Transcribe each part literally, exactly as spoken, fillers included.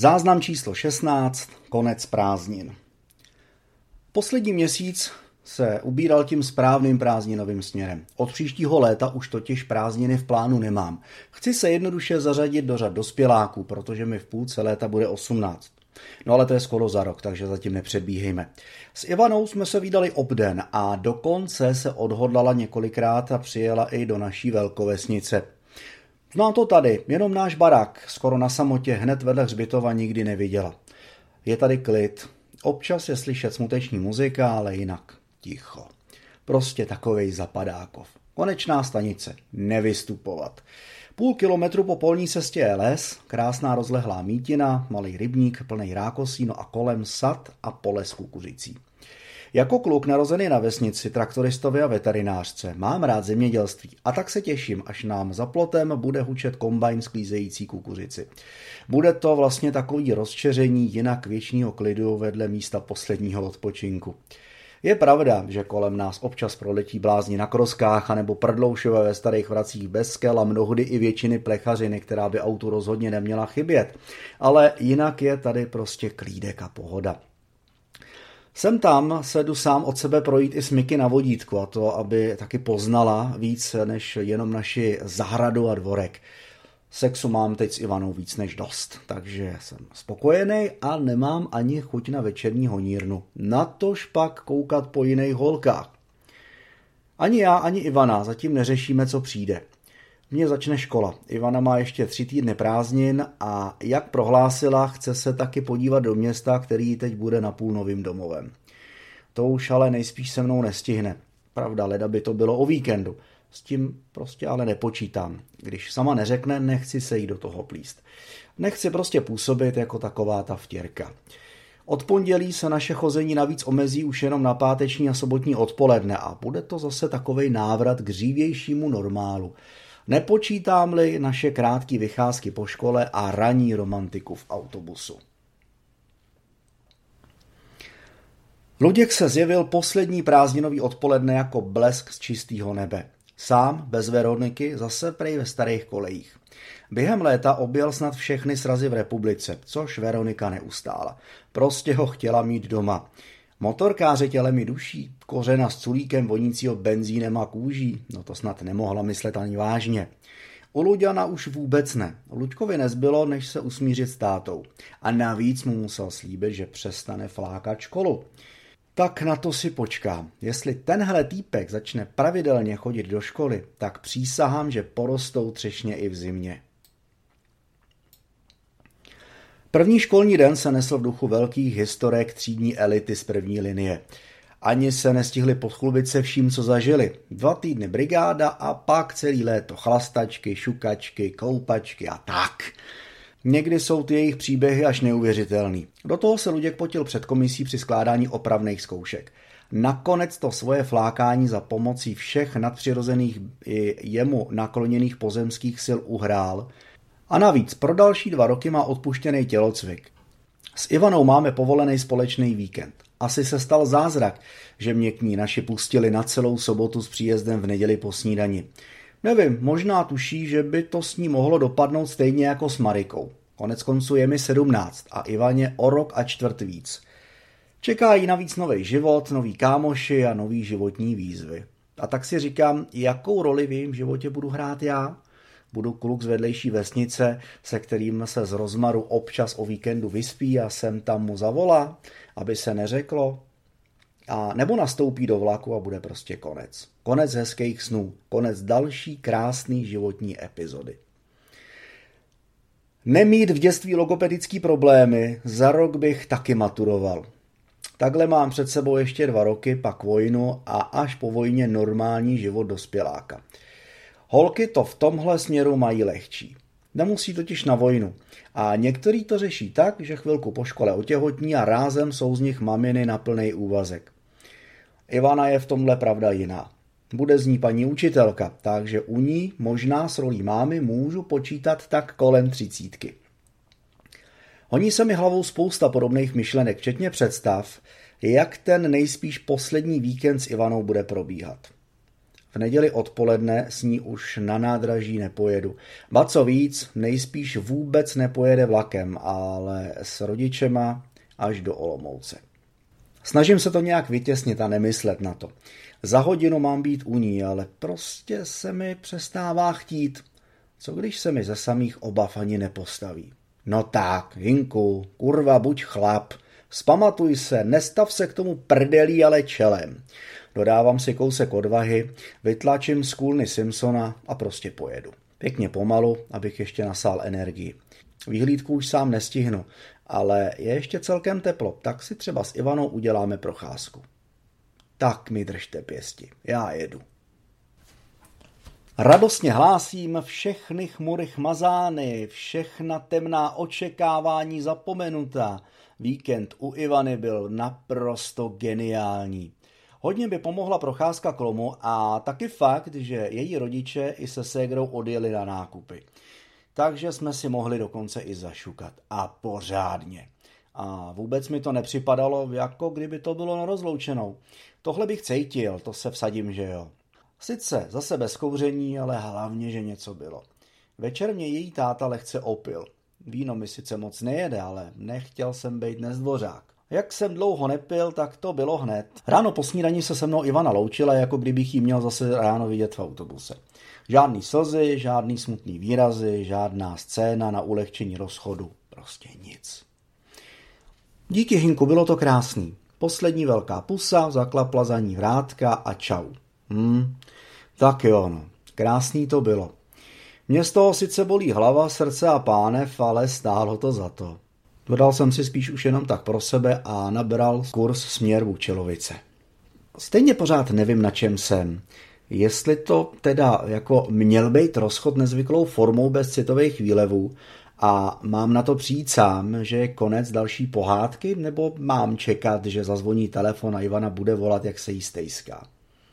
Záznam číslo šestnáct, konec prázdnin. Poslední měsíc se ubíral tím správným prázdninovým směrem. Od příštího léta už totiž prázdniny v plánu nemám. Chci se jednoduše zařadit do řad dospěláků, protože mi v půlce léta bude osmnáct. No ale to je skoro za rok, takže zatím nepředbíhejme. S Ivanou jsme se vídali obden a dokonce se odhodlala několikrát a přijela i do naší velkovesnice. Znám to tady, jenom náš barák, skoro na samotě, hned vedle hřbitova nikdy neviděla. Je tady klid, občas je slyšet smuteční muzika, ale jinak ticho. Prostě takovej zapadákov. Konečná stanice, nevystupovat. Půl kilometru po polní cestě je les, krásná rozlehlá mítina, malý rybník plný rákosí, no a kolem sad a pole s kukuřicí. Jako kluk narozený na vesnici, traktoristovi a veterinářce mám rád zemědělství a tak se těším, až nám za plotem bude hučet kombajn sklízející kukuřici. Bude to vlastně takový rozčeření jinak věčního klidu vedle místa posledního odpočinku. Je pravda, že kolem nás občas proletí blázni na kroskách anebo prdloušové ve starých vracích bez skel a mnohdy i většiny plechařiny, která by autu rozhodně neměla chybět. Ale jinak je tady prostě klídek a pohoda. Sem tam se jdu sám od sebe projít i s Miky na vodítku, a to, aby taky poznala víc než jenom naši zahradu a dvorek. Sexu mám teď s Ivanou víc než dost, takže jsem spokojený a nemám ani chuť na večerní honírnu. Natož pak koukat po jiných holkách. Ani já, ani Ivana zatím neřešíme, co přijde. Mně začne škola. Ivana má ještě tři týdny prázdnin a jak prohlásila, chce se taky podívat do města, který teď bude napůl novým domovem. To už ale nejspíš se mnou nestihne. Pravda, leda by to bylo o víkendu. S tím prostě ale nepočítám. Když sama neřekne, nechci se jí do toho plíst. Nechci prostě působit jako taková ta vtěrka. Od pondělí se naše chození navíc omezí už jenom na páteční a sobotní odpoledne a bude to zase takovej návrat k dřívějšímu normálu. Nepočítám-li naše krátké vycházky po škole a ranní romantiku v autobusu. Luděk se zjevil poslední prázdninový odpoledne jako blesk z čistého nebe. Sám, bez Veroniky, zase prej ve starých kolejích. Během léta objel snad všechny srazy v republice, což Veronika neustála. Prostě ho chtěla mít doma. Motorkáře tělemi duší, kořena s culíkem vonícího benzínem a kůží, no to snad nemohla myslet ani vážně. U Luďana už vůbec ne. Luďkovi nezbylo, než se usmířit s tátou. A navíc mu musel slíbit, že přestane flákat školu. Tak na to si počkám. Jestli tenhle týpek začne pravidelně chodit do školy, tak přísahám, že porostou třešně i v zimě. První školní den se nesl v duchu velkých historek třídní elity z první linie. Ani se nestihli podchlubit se vším, co zažili. Dva týdny brigáda a pak celý léto chlastačky, šukačky, koupačky a tak. Někdy jsou ty jejich příběhy až neuvěřitelný. Do toho se Luděk potil před komisí při skládání opravných zkoušek. Nakonec to svoje flákání za pomocí všech nadpřirozených i jemu nakloněných pozemských sil uhrál. A navíc pro další dva roky má odpuštěný tělocvik. S Ivanou máme povolený společný víkend. Asi se stal zázrak, že mě k ní naši pustili na celou sobotu s příjezdem v neděli po snídani. Nevím, možná tuší, že by to s ní mohlo dopadnout stejně jako s Marikou. Konec konců je mi sedmnáct a Ivaně o rok a čtvrt víc. Čeká jí navíc nový život, nový kámoši a nový životní výzvy. A tak si říkám, jakou roli v jejím životě budu hrát já? Budu kluk z vedlejší vesnice, se kterým se z rozmaru občas o víkendu vyspí a sem tam mu zavolá, aby se neřeklo? A nebo nastoupí do vlaku a bude prostě konec. Konec hezkých snů, konec další krásný životní epizody. Nemít v dětství logopedický problémy, za rok bych taky maturoval. Takhle mám před sebou ještě dva roky, pak vojnu a až po vojně normální život dospěláka. Holky to v tomhle směru mají lehčí. Nemusí totiž na vojnu. A některý to řeší tak, že chvilku po škole otěhotní a rázem jsou z nich maminy na plnej úvazek. Ivana je v tomhle pravda jiná. Bude z ní paní učitelka, takže u ní možná s rolí mámy můžu počítat tak kolem třicítky. Honí se mi hlavou spousta podobných myšlenek, včetně představ, jak ten nejspíš poslední víkend s Ivanou bude probíhat. V neděli odpoledne s ní už na nádraží nepojedu. Ba co víc, nejspíš vůbec nepojede vlakem, ale s rodičema až do Olomouce. Snažím se to nějak vytěsnit a nemyslet na to. Za hodinu mám být u ní, ale prostě se mi přestává chtít. Co když se mi ze samých obav ani nepostaví? No tak, Hinku, kurva, buď chlap. Vzpamatuj se, nestav se k tomu prdelí, ale čelem. Dodávám si kousek odvahy, vytlačím z kůlny Simpsona a prostě pojedu. Pěkně pomalu, abych ještě nasál energii. Výhlídku už sám nestihnu, ale je ještě celkem teplo, tak si třeba s Ivanou uděláme procházku. Tak mi držte pěsti, já jedu. Radostně hlásím, všechny chmury chmazány, všechna temná očekávání zapomenutá. Víkend u Ivany byl naprosto geniální. Hodně by pomohla procházka k lomu a taky fakt, že její rodiče i se ségrou odjeli na nákupy. Takže jsme si mohli dokonce i zašukat. A pořádně. A vůbec mi to nepřipadalo, jako kdyby to bylo na rozloučenou. Tohle bych cítil, to se vsadím, že jo. Sice zase bez kouření, ale hlavně, že něco bylo. Večer mě její táta lehce opil. Víno mi sice moc nejede, ale nechtěl jsem bejt nezdvořák. Jak jsem dlouho nepil, tak to bylo hned. Ráno po snídani se se mnou Ivana loučila, jako kdybych jí měl zase ráno vidět v autobuse. Žádný slzy, žádný smutný výrazy, žádná scéna na ulehčení rozchodu. Prostě nic. Díky Hinku bylo to krásný. Poslední velká pusa, zaklapla za ní vrátka a čau. Hmm, tak jo, no. Krásný to bylo. Mě z toho sice bolí hlava, srdce a pánev, ale stálo to za to. Dodal jsem si spíš už jenom tak pro sebe a nabral kurz směr Vůčelovice. Stejně pořád nevím, na čem jsem. Jestli to teda jako měl být rozchod nezvyklou formou bez citových výlevů a mám na to přijít sám, že je konec další pohádky, nebo mám čekat, že zazvoní telefon a Ivana bude volat, jak se jí stejská.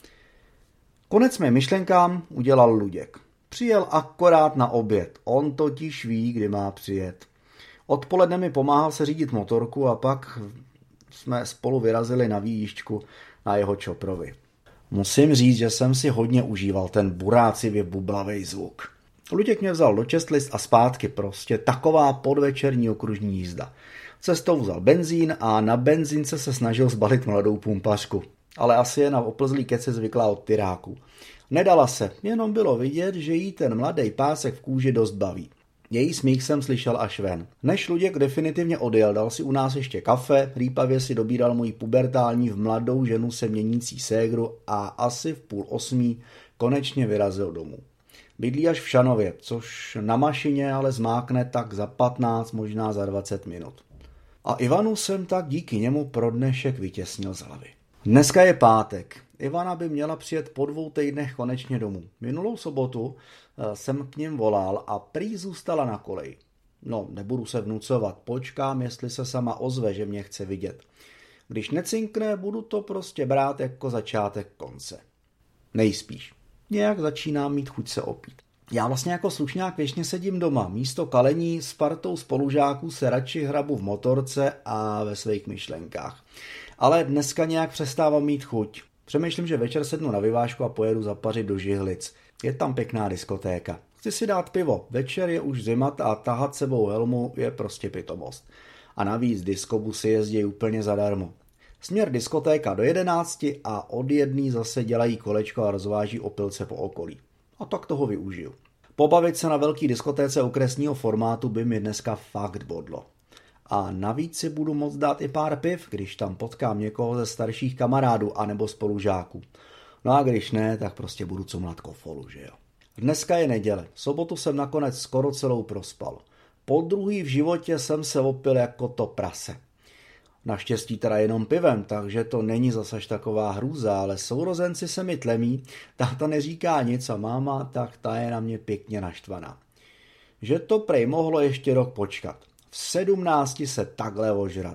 Konec mé myšlenkám udělal Luděk. Přijel akorát na oběd, on totiž ví, kdy má přijet. Odpoledne mi pomáhal se řídit motorku a pak jsme spolu vyrazili na výjížďku na jeho čoprovi. Musím říct, že jsem si hodně užíval ten burácivě bublavej zvuk. Luděk mě vzal do Čestlist a zpátky, prostě taková podvečerní okružní jízda. Cestou vzal benzín a na benzínce se snažil zbalit mladou pumpařku. Ale asi je na oplzlý keci zvyklá od tyráků. Nedala se, jenom bylo vidět, že jí ten mladý pásek v kůži dost baví. Její smích jsem slyšel až ven. Než Luděk definitivně odjel, dal si u nás ještě kafe, rýpavě si dobíral moji pubertální v mladou ženu se měnící ségru a asi v půl osmí konečně vyrazil domů. Bydlí až v Šanově, což na mašině ale zmákne tak za patnáct, možná za dvacet minut. A Ivanu jsem tak díky němu pro dnešek vytěsnil z hlavy. Dneska je pátek. Ivana by měla přijet po dvou týdnech konečně domů. Minulou sobotu jsem k nim volal a prý zůstala na koleji. No, nebudu se vnucovat, počkám, jestli se sama ozve, že mě chce vidět. Když necinkne, budu to prostě brát jako začátek konce. Nejspíš. Nějak začínám mít chuť se opít. Já vlastně jako slušňák věčně sedím doma. Místo kalení s partou spolužáků se radši hrabu v motorce a ve svých myšlenkách. Ale dneska nějak přestávám mít chuť. Přemýšlím, že večer sednu na vyvážku a pojedu zapařit do Žihlc. Je tam pěkná diskotéka. Chci si dát pivo. Večer je už zima a tahat sebou helmu je prostě pitomost. A navíc diskobusy jezdí úplně zadarmo. Směr diskotéka do jedenácti a od jedný zase dělají kolečko a rozváží opilce po okolí. A tak toho využiju. Pobavit se na velký diskotéce okresního formátu by mi dneska fakt bodlo. A navíc si budu moct dát i pár piv, když tam potkám někoho ze starších kamarádů anebo spolužáků. No a když ne, tak prostě budu cumlat kofolu, že jo. Dneska je neděle, sobotu jsem nakonec skoro celou prospal. Po druhý v životě jsem se opil jako to prase. Naštěstí teda jenom pivem, takže to není zase taková hrůza, ale sourozenci se mi tlemí, táta neříká nic a máma, tak ta je na mě pěkně naštvaná. Že to prej mohlo ještě rok počkat. V sedmnácti se takhle ožrat.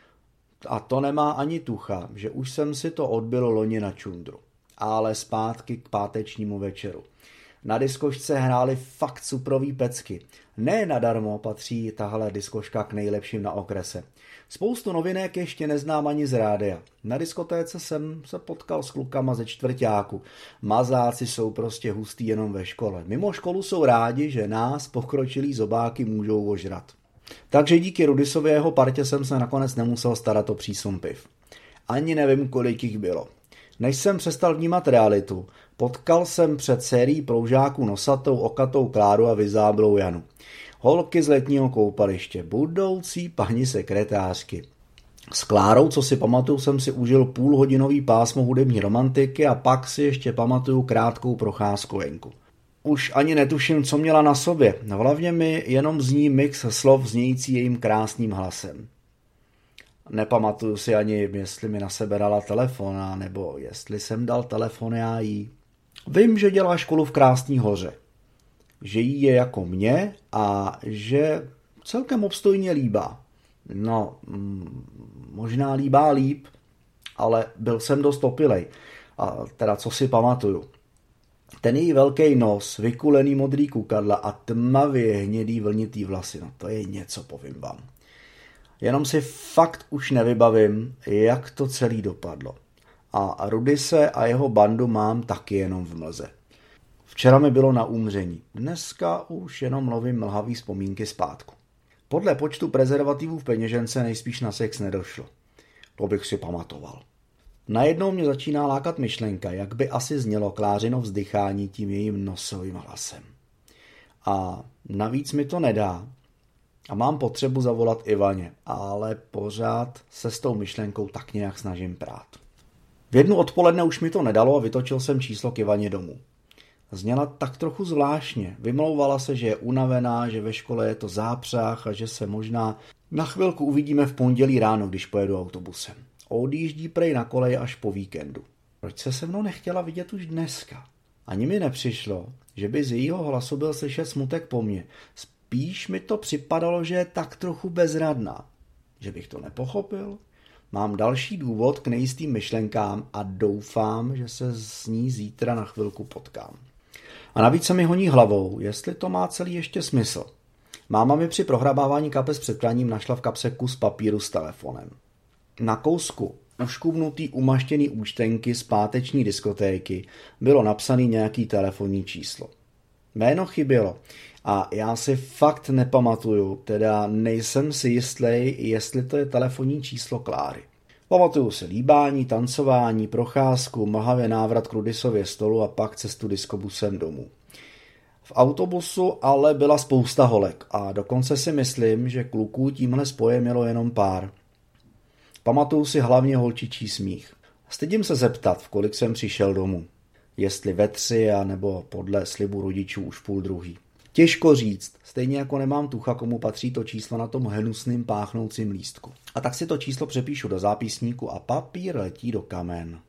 A to nemá ani tucha, že už jsem si to odbil loni na čundru. Ale zpátky k pátečnímu večeru. Na diskošce hráli fakt suprový pecky. Ne nadarmo patří tahle diskoška k nejlepším na okrese. Spoustu novinek ještě neznám ani z rádia. Na diskotéce jsem se potkal s klukama ze čtvrťáku. Mazáci jsou prostě hustý jenom ve škole. Mimo školu jsou rádi, že nás pokročilí zobáky můžou ožrat. Takže díky Rudisovi a jeho partě jsem se nakonec nemusel starat o přísun piv. Ani nevím, kolik jich bylo. Než jsem přestal vnímat realitu, potkal jsem před sérií proužáků nosatou, okatou Kláru a vyzáblou Janu. Holky z letního koupaliště, budoucí paní sekretářky. S Klárou, co si pamatuju, jsem si užil půlhodinový pásmo hudební romantiky a pak si ještě pamatuju krátkou procházku venku. Už ani netuším, co měla na sobě. V hlavě mi jenom zní mix slov znějící jejím krásným hlasem. Nepamatuju si ani, jestli mi na sebe dala telefon, nebo jestli jsem dal telefon já jí. Vím, že dělá školu v Krásný Hoře. Že jí je jako mě a že celkem obstojně líbá. No, možná líbá líp, ale byl jsem dost opilej. A teda co si pamatuju. Ten její velký nos, vykulený modrý kukadla a tmavě hnědý vlnitý vlasy, no to je něco, povím vám. Jenom si fakt už nevybavím, jak to celý dopadlo. A Rudise a jeho bandu mám taky jenom v mlze. Včera mi bylo na úmření, dneska už jenom lovím mlhavý vzpomínky zpátku. Podle počtu prezervativů v peněžence nejspíš na sex nedošlo. To bych si pamatoval. Najednou mě začíná lákat myšlenka, jak by asi znělo Klářino vzdychání tím jejím nosovým hlasem. A navíc mi to nedá a mám potřebu zavolat Ivaně, ale pořád se s tou myšlenkou tak nějak snažím prát. V jednu odpoledne už mi to nedalo a vytočil jsem číslo k Ivaně domů. Zněla tak trochu zvláštně, vymlouvala se, že je unavená, že ve škole je to zápřah a že se možná na chvilku uvidíme v pondělí ráno, když pojedu autobusem. Odjíždí prej na koleji až po víkendu. Proč se se mnou nechtěla vidět už dneska? Ani mi nepřišlo, že by z jejího hlasu byl slyšet smutek po mně. Spíš mi to připadalo, že je tak trochu bezradná. Že bych to nepochopil? Mám další důvod k nejistým myšlenkám a doufám, že se s ní zítra na chvilku potkám. A navíc se mi honí hlavou, jestli to má celý ještě smysl. Máma mi při prohrabávání kapes před praním našla v kapse kus papíru s telefonem. Na kousku uškubnutý umaštěný účtenky z páteční diskotéky bylo napsaný nějaký telefonní číslo. Jméno chybělo a já si fakt nepamatuju, teda nejsem si jistlej, jestli to je telefonní číslo Kláry. Pamatuju si líbání, tancování, procházku, mlhavě návrat k Rudisově stolu a pak cestu diskobusem domů. V autobusu ale byla spousta holek a dokonce si myslím, že kluků tímhle spoje mělo jenom pár. Pamatuju si hlavně holčičí smích. Stydím se zeptat, v kolik jsem přišel domů. Jestli ve tři, a nebo podle slibu rodičů už půl druhý. Těžko říct, stejně jako nemám tucha, komu patří to číslo na tom hnusným páchnoucím lístku. A tak si to číslo přepíšu do zápisníku a papír letí do kamen.